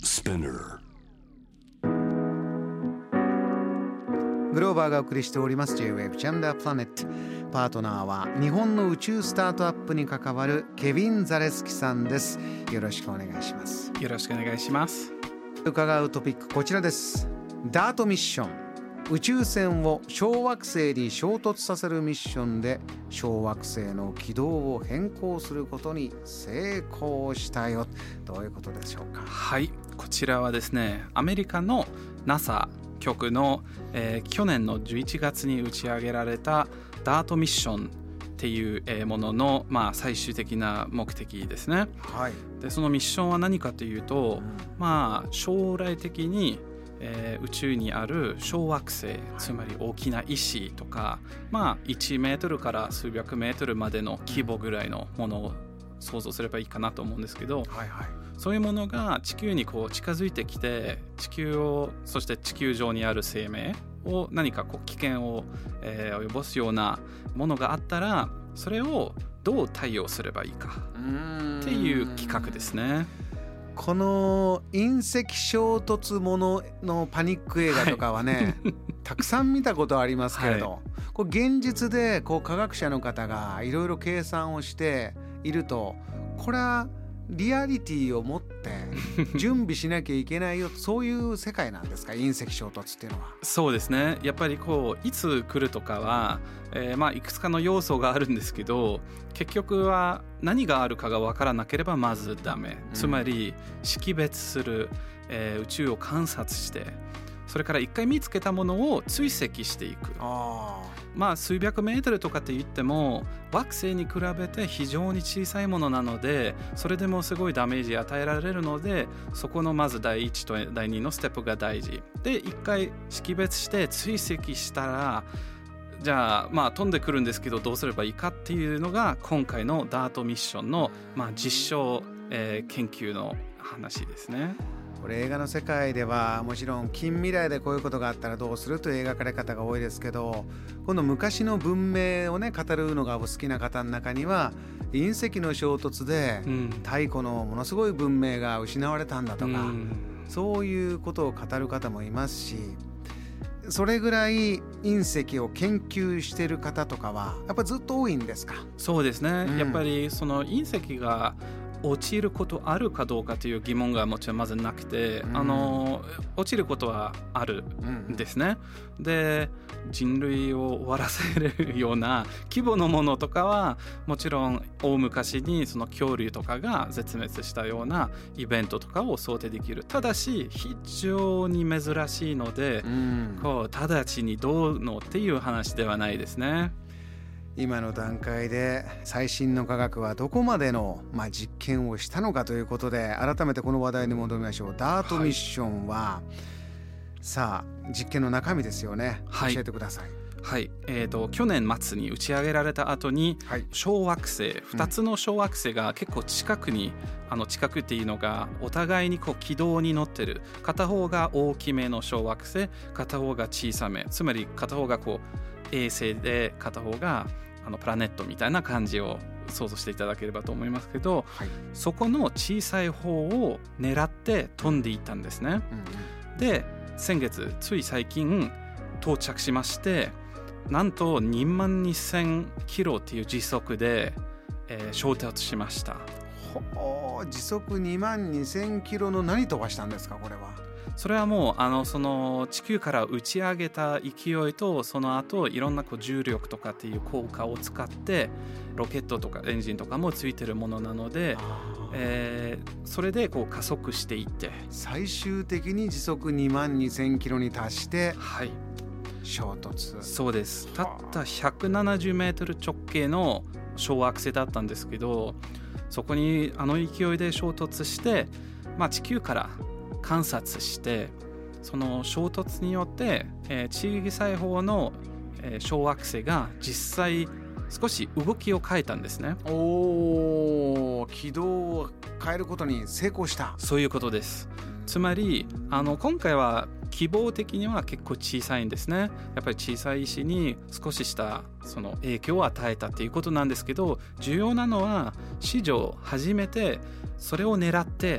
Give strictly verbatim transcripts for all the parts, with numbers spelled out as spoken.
Spinner。 グローバーがお送りしております J-Wave Jam the Planet。 パートナーは日本の宇宙スタートアップに関わるケビン・ザレスキさんです。よろしくお願いします。 よろしくお願いします。 伺うトピックこちらです。ダートミッション、宇宙船を小惑星に衝突させるミッションで小惑星の軌道を変更することに成功したよ。どういうことでしょうか。 はい、こちらはですね、アメリカの ナサ 局の、えー、去年のじゅういちがつに打ち上げられたダートミッションっていう、えー、ものの、まあ、最終的な目的ですね。 はい、 でそのミッションは何かというと、 うん、 まあ将来的にえー、宇宙にある小惑星、つまり大きな石とか、まあ、いちメートルから数百メートルまでの規模ぐらいのものを想像すればいいかなと思うんですけど、 はいはい、 そういうものが地球にこう近づいてきて、地球をそして地球上にある生命を何かこう危険を、えー、及ぼすようなものがあったら、それをどう対応すればいいかっていう企画ですね。 この隕石衝突もののパニック映画とかはね、はい、たくさん見たことありますけれど、はい、これ現実でこう科学者の方がいろいろ計算をしていると、これはリアリティを持って準備しなきゃいけないよそういう世界なんですか、隕石衝突っていうのは。 そうですね、やっぱりこういつ来るとかは、えーまあ、いくつかの要素があるんですけど、結局は何があるかが分からなければまずダメ、うん、つまり識別する、えー、宇宙を観察して、それから一回見つけたものを追跡していく。あまあ数百メートルとかって言っても惑星に比べて非常に小さいものなので、それでもすごいダメージ与えられるので、そこのまず第一と第二のステップが大事で、一回識別して追跡したら、じゃあまあ飛んでくるんですけどどうすればいいかっていうのが今回のダートミッションの、まあ、実証、えー、研究の話ですね。 これ映画の世界ではもちろん近未来でこういうことがあったらどうするという描かれ方が多いですけど、今度昔の文明をね語るのがお好きな方の中には、隕石の衝突で太古のものすごい文明が失われたんだとか、うん、そういうことを語る方もいますし、それぐらい隕石を研究している方とかはやっぱりずっと多いんですか。 そうですね、うん、やっぱりその隕石が落ちることあるかどうかという疑問がもちろんまずなくて、うん、あの落ちることはあるんですね、うん、で人類を終わらせるような規模のものとかはもちろん大昔にその恐竜とかが絶滅したようなイベントとかを想定できる。ただし非常に珍しいので、うん、こう直ちにどうのっていう話ではないですね。 今の段階で最新の科学はどこまでの、まあ、実験をしたのかということで、改めてこの話題に戻りましょう。ダートミッションは、はい、さあ実験の中身ですよね、はい、教えてください。 はい、えーと、去年末に打ち上げられた後に、はい、小惑星ふたつの小惑星が結構近くに、うん、あの近くっていうのがお互いにこう軌道に乗ってる。片方が大きめの小惑星、片方が小さめ、つまり片方がこう衛星で片方があのプラネットみたいな感じを想像していただければと思いますけど、はい、そこの小さい方を狙って飛んでいったんですね、うんうん、で先月つい最近到着しまして、なんとにまんにせんキロっていう時速で、えー、衝突しました。 ほ時速にまんにせんキロの何飛ばしたんですか、これは。 それはもうあのその地球から打ち上げた勢いと、その後いろんなこう重力とかっていう効果を使ってロケットとかエンジンとかもついてるものなので、えー、それでこう加速していって最終的に時速にまんにせんキロに達して、はい、衝突。 そうです。たったひゃくななじゅうメートル直径の小惑星だったんですけど、そこにあの勢いで衝突して、まあ、地球から観察して、その衝突によって、えー、小さい方の、えー、小惑星が実際少し動きを変えたんですね。 おー、軌道を変えることに成功した。 そういうことです。つまりあの今回は規模的には結構小さいんですね。やっぱり小さい石に少ししたその影響を与えたっていうことなんですけど、重要なのは史上初めてそれを狙って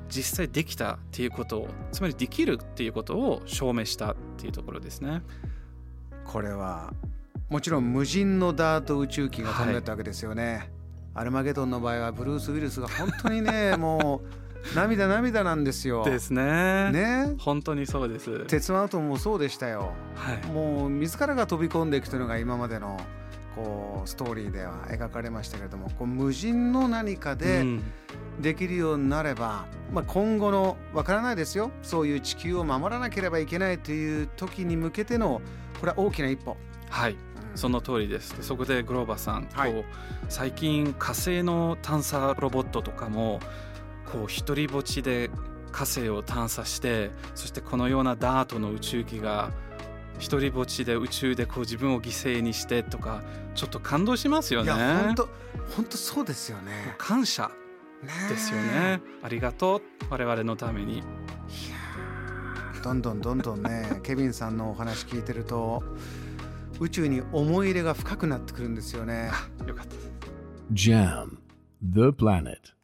実際できたっていうことを、つまりできるっていうことを証明したっていうところですね。 これはもちろん無人のダート宇宙機が飛んでったわけですよね、はい、アルマゲドンの場合はブルース・ウィルスが本当にねもう涙涙なんですよ。 ですね。 ね、 本当にそうです。 鉄腕アトムもそうでしたよ、 はい、 もう自らが飛び込んでいくというのが今までのこうストーリーでは描かれましたけれども、こう無人の何かでできるようになれば、うん、まあ、今後のわからないですよ、そういう地球を守らなければいけないという時に向けてのこれは大きな一歩。 はい、うん、その通りです。そこでグローバーさん、 はい、 こう最近火星の探査ロボットとかもこう一人ぼっちで火星を探査して、そしてこのようなダートの宇宙機が一人ぼっちで宇宙でこう自分を犠牲にしてとか、ちょっと感動しますよね。 いや本当本当そうですよね。 感謝ですよね。ありがとう、我々のために。いやどんどんどんどんねケビンさんのお話聞いてると宇宙に思い入れが深くなってくるんですよね。 よかった。 ジャム The Planet